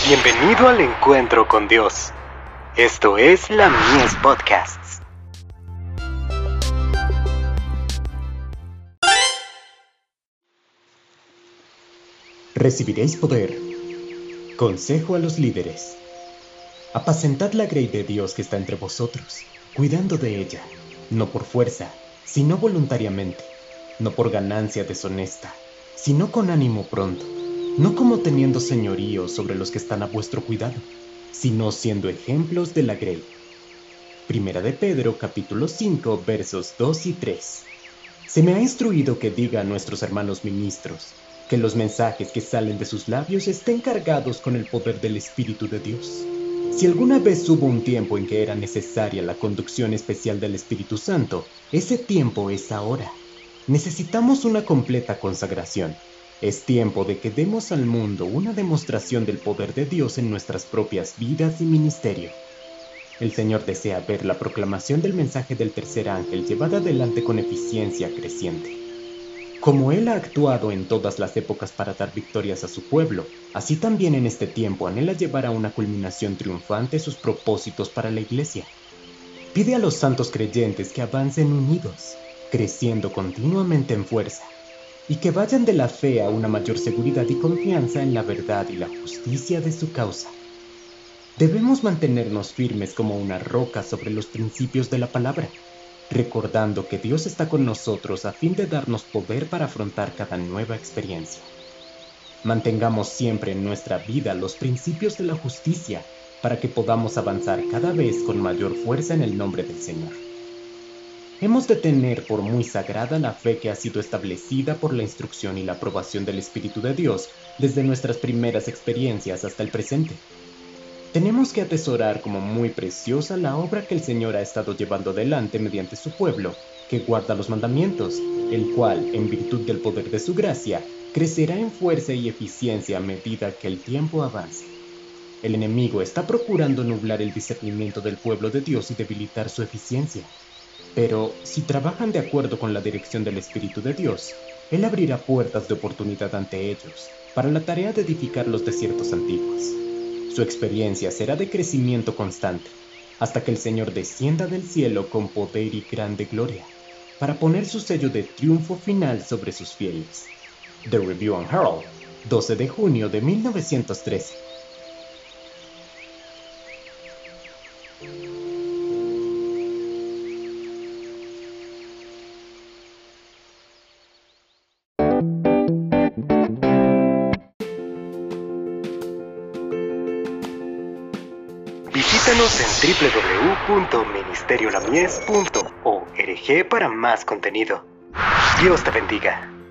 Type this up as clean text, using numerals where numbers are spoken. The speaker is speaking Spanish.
Bienvenido al encuentro con Dios. Esto es la Mies Podcasts. Recibiréis poder. Consejo a los líderes. Apacentad la grey de Dios que está entre vosotros, cuidando de ella, no por fuerza, sino voluntariamente, no por ganancia deshonesta, sino con ánimo pronto, no como teniendo señorío sobre los que están a vuestro cuidado, sino siendo ejemplos de la grey. Primera de Pedro, capítulo 5, versos 2 y 3. Se me ha instruido que diga a nuestros hermanos ministros, que los mensajes que salen de sus labios estén cargados con el poder del Espíritu de Dios. Si alguna vez hubo un tiempo en que era necesaria la conducción especial del Espíritu Santo, ese tiempo es ahora. Necesitamos una completa consagración. Es tiempo de que demos al mundo una demostración del poder de Dios en nuestras propias vidas y ministerio. El Señor desea ver la proclamación del mensaje del tercer ángel llevada adelante con eficiencia creciente. Como Él ha actuado en todas las épocas para dar victorias a su pueblo, así también en este tiempo anhela llevar a una culminación triunfante sus propósitos para la Iglesia. Pide a los santos creyentes que avancen unidos, creciendo continuamente en fuerza, y que vayan de la fe a una mayor seguridad y confianza en la verdad y la justicia de su causa. Debemos mantenernos firmes como una roca sobre los principios de la palabra, recordando que Dios está con nosotros a fin de darnos poder para afrontar cada nueva experiencia. Mantengamos siempre en nuestra vida los principios de la justicia para que podamos avanzar cada vez con mayor fuerza en el nombre del Señor. Hemos de tener por muy sagrada la fe que ha sido establecida por la instrucción y la aprobación del Espíritu de Dios desde nuestras primeras experiencias hasta el presente. Tenemos que atesorar como muy preciosa la obra que el Señor ha estado llevando adelante mediante su pueblo, que guarda los mandamientos, el cual, en virtud del poder de su gracia, crecerá en fuerza y eficiencia a medida que el tiempo avance. El enemigo está procurando nublar el discernimiento del pueblo de Dios y debilitar su eficiencia. Pero, si trabajan de acuerdo con la dirección del Espíritu de Dios, Él abrirá puertas de oportunidad ante ellos, para la tarea de edificar los desiertos antiguos. Su experiencia será de crecimiento constante, hasta que el Señor descienda del cielo con poder y grande gloria, para poner su sello de triunfo final sobre sus fieles. The Review and Herald, 12 de junio de 1913. Visítanos en www.ministeriolamies.org para más contenido. Dios te bendiga.